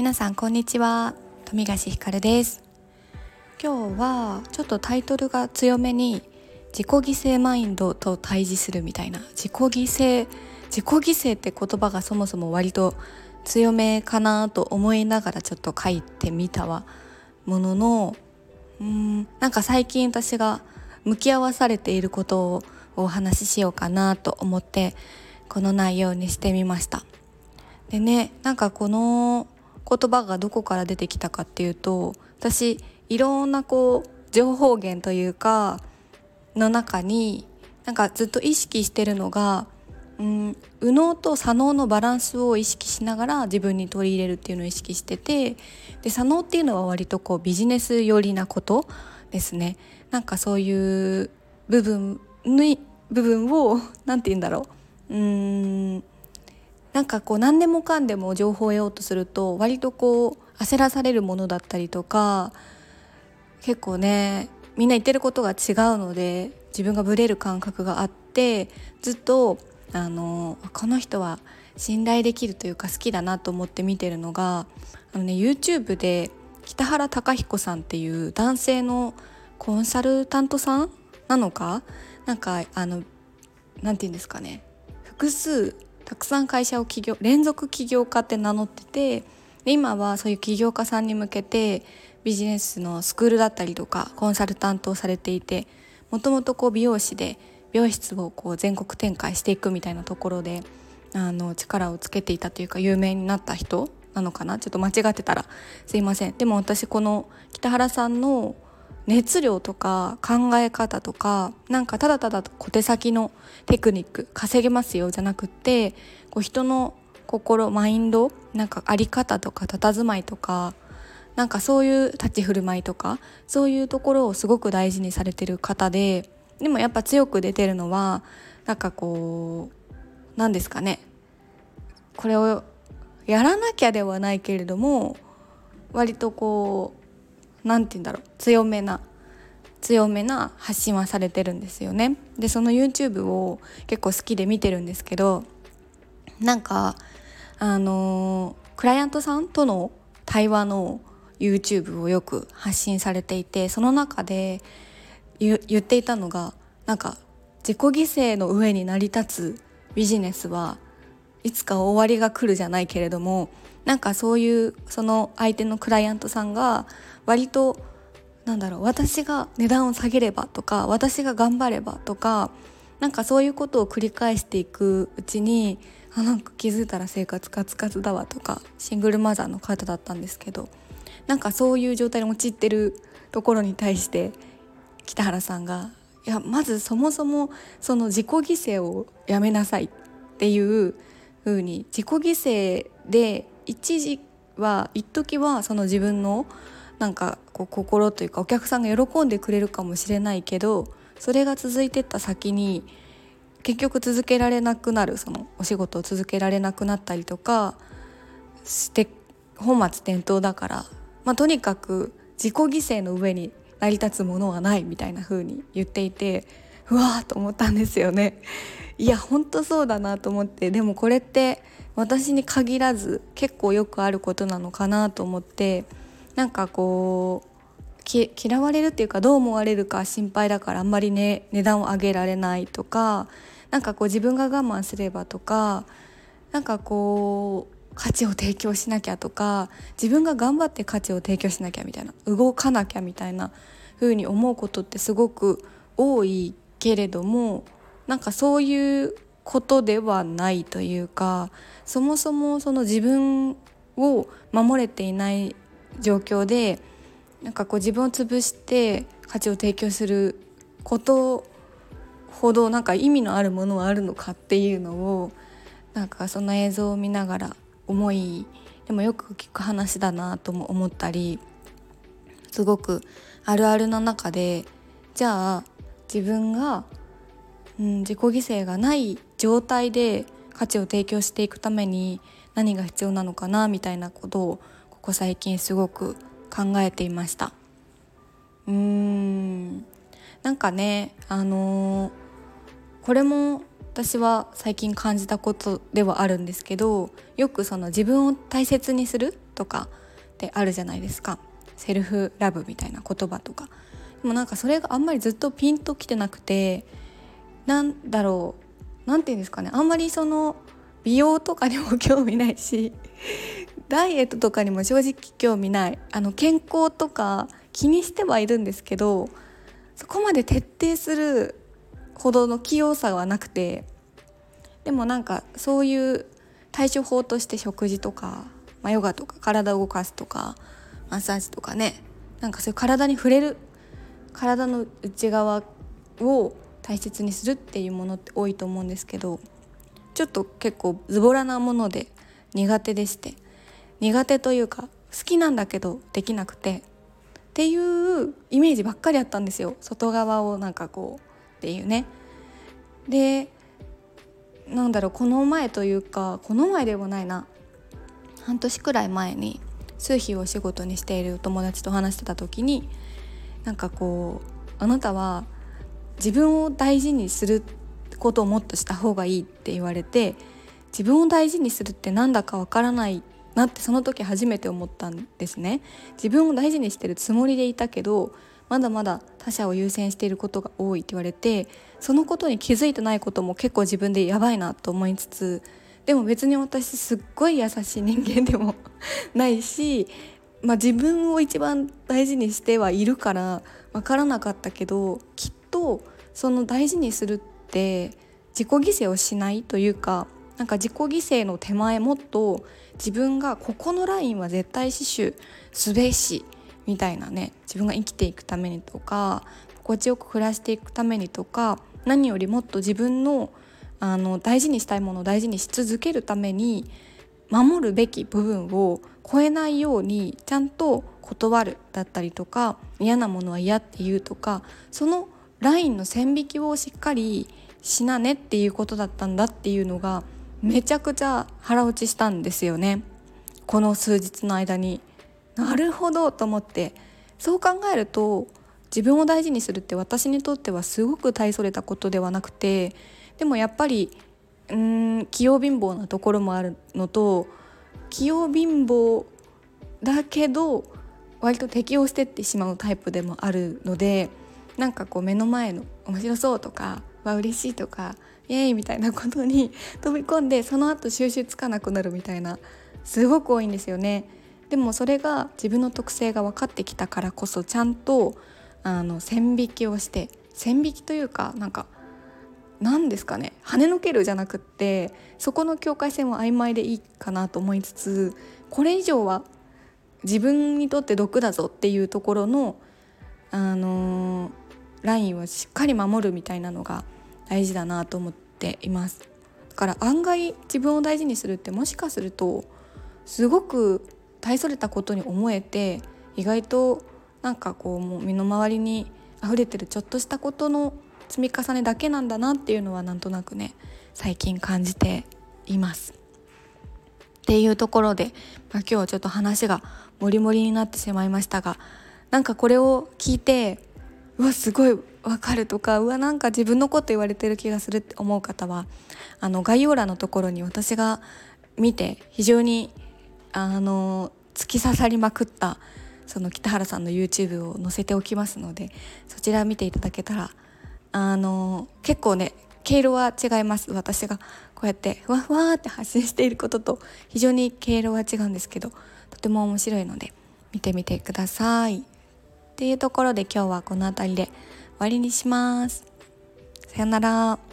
皆さんこんにちは、富樫ひかるです。今日はちょっとタイトルが強めに自己犠牲マインドと対峙するみたいな、自己犠牲って言葉がそもそも割と強めかなと思いながらちょっと書いてみたものの、なんか最近私が向き合わされていることをお話ししようかなと思ってこの内容にしてみました。でね、なんかこの言葉がどこから出てきたかっていうと、私いろんな情報源というかの中になんかずっと意識してるのが、右脳と左脳のバランスを意識しながら自分に取り入れるっていうのを意識してて、で左脳っていうのは割とビジネス寄りなことですね。なんかそういう部分をなんて言うんだろう、なんか何でもかんでも情報を得ようとすると割と焦らされるものだったりとか、結構ねみんな言ってることが違うので自分がブレる感覚があって、ずっとこの人は信頼できるというか好きだなと思って見てるのが、YouTube で北原貴彦さんっていう男性のコンサルタントさんなのか、なんかなんて言うんですかね、たくさん会社を連続起業家って名乗ってて、で今はそういう起業家さんに向けてビジネスのスクールだったりとかコンサルタントをされていて、もともと美容師で美容室を全国展開していくみたいなところで力をつけていたというか有名になった人なのかな。ちょっと間違ってたらすいません。でも私この北原さんの熱量とか考え方とか、なんかただただ小手先のテクニック稼げますよじゃなくって、人の心マインド、なんかあり方とか佇まいとか、なんかそういう立ち振る舞いとかそういうところをすごく大事にされてる方で、でもやっぱ強く出てるのはなんかなんですかね、これをやらなきゃではないけれども割となんて言うんだろう、強めな発信はされてるんですよね。でその YouTube を結構好きで見てるんですけど、なんかクライアントさんとの対話の YouTube をよく発信されていて、その中で言っていたのが、なんか自己犠牲の上に成り立つビジネスはいつか終わりが来るじゃないけれども、なんかそういうその相手のクライアントさんが割と私が値段を下げればとか私が頑張ればとか、なんかそういうことを繰り返していくうちに、なんか気づいたら生活カツカツだわとか、シングルマザーの方だったんですけど、なんかそういう状態に陥ってるところに対して北原さんが、いやまずそもそもその自己犠牲をやめなさいっていう風に、自己犠牲で一時はその自分のなんか心というかお客さんが喜んでくれるかもしれないけど、それが続いてった先に結局続けられなくなる、そのお仕事を続けられなくなったりとかして本末転倒だから、とにかく自己犠牲の上に成り立つものはないみたいな風に言っていて、うわーと思ったんですよね。いや本当そうだなと思って、でもこれって私に限らず結構よくあることなのかなと思って、なんか嫌われるっていうかどう思われるか心配だからあんまりね値段を上げられないとか、なんか自分が我慢すればとか、なんか価値を提供しなきゃとか、自分が頑張って価値を提供しなきゃみたいな、動かなきゃみたいな風に思うことってすごく多いけれども、なんかそういうことではないというか、そもそもその自分を守れていない状況でなんか自分を潰して価値を提供することほどなんか意味のあるものはあるのかっていうのを、なんかその映像を見ながらでもよく聞く話だなとも思ったり、すごくあるあるの中で、じゃあ自分が、自己犠牲がない状態で価値を提供していくために何が必要なのかなみたいなことをここ最近すごく考えていました。なんかね、これも私は最近感じたことではあるんですけど、よくその自分を大切にするとかってあるじゃないですか。セルフラブみたいな言葉とか。でもなんかそれがあんまりずっとピンときてなくて、なんていうんですかね、あんまりその美容とかにも興味ないしダイエットとかにも正直興味ない。健康とか気にしてはいるんですけど、そこまで徹底するほどの器用さはなくて、でもなんかそういう対処法として食事とか、ヨガとか体を動かすとかマッサージとかね、なんかそういう体に触れる、体の内側を大切にするっていうものって多いと思うんですけど、ちょっと結構ズボラなもので苦手でして、苦手というか好きなんだけどできなくてっていうイメージばっかりあったんですよ。外側をなんかこうっていうね。でこの前というか、この前でもないな、半年くらい前に数秘をお仕事にしているお友達と話してた時に、なんかこうあなたは自分を大事にすることをもっとした方がいいって言われて、自分を大事にするってなんだかわからないなってその時初めて思ったんですね。自分を大事にしてるつもりでいたけど、まだまだ他者を優先していることが多いって言われて、そのことに気づいてないことも結構自分でやばいなと思いつつ、でも別に私すっごい優しい人間でもないし、自分を一番大事にしてはいるから分からなかったけど、きっとその大事にするって自己犠牲をしないというか、なんか自己犠牲の手前もっと自分がここのラインは絶対死守すべしみたいなね、自分が生きていくためにとか心地よく暮らしていくためにとか、何よりもっと自分の大事にしたいものを大事にし続けるために守るべき部分を超えないようにちゃんと断るだったりとか、嫌なものは嫌って言うとか、そのラインの線引きをしっかりしなねっていうことだったんだっていうのがめちゃくちゃ腹落ちしたんですよね、この数日の間に。なるほどと思って、そう考えると自分を大事にするって私にとってはすごく大それたことではなくて、でもやっぱり器用貧乏なところもあるのと、器用貧乏だけど割と適応してってしまうタイプでもあるので、なんかこう目の前の面白そうとか嬉しいとかイエーイみたいなことに飛び込んで、その後収集つかなくなるみたいなすごく多いんですよね。でもそれが自分の特性が分かってきたからこそ、ちゃんと線引きをして、線引きというかなんですかね、跳ねのけるじゃなくって、そこの境界線は曖昧でいいかなと思いつつ、これ以上は自分にとって毒だぞっていうところの、ラインをしっかり守るみたいなのが大事だなと思っています。だから案外自分を大事にするってもしかするとすごく大それたことに思えて、意外ともう身の回りに溢れてるちょっとしたことの積み重ねだけなんだなっていうのはなんとなくね、最近感じていますっていうところで、今日はちょっと話がモリモリになってしまいましたが、これを聞いてすごいわかるとか、自分のこと言われてる気がするって思う方は、概要欄のところに私が見て非常に突き刺さりまくったその北原さんの YouTube を載せておきますので、そちら見ていただけたら結構ね毛色は違います。私がこうやってふわふわって発信していることと非常に毛色は違うんですけど、とても面白いので見てみてくださいっていうところで、今日はこの辺りで終わりにします。さよなら。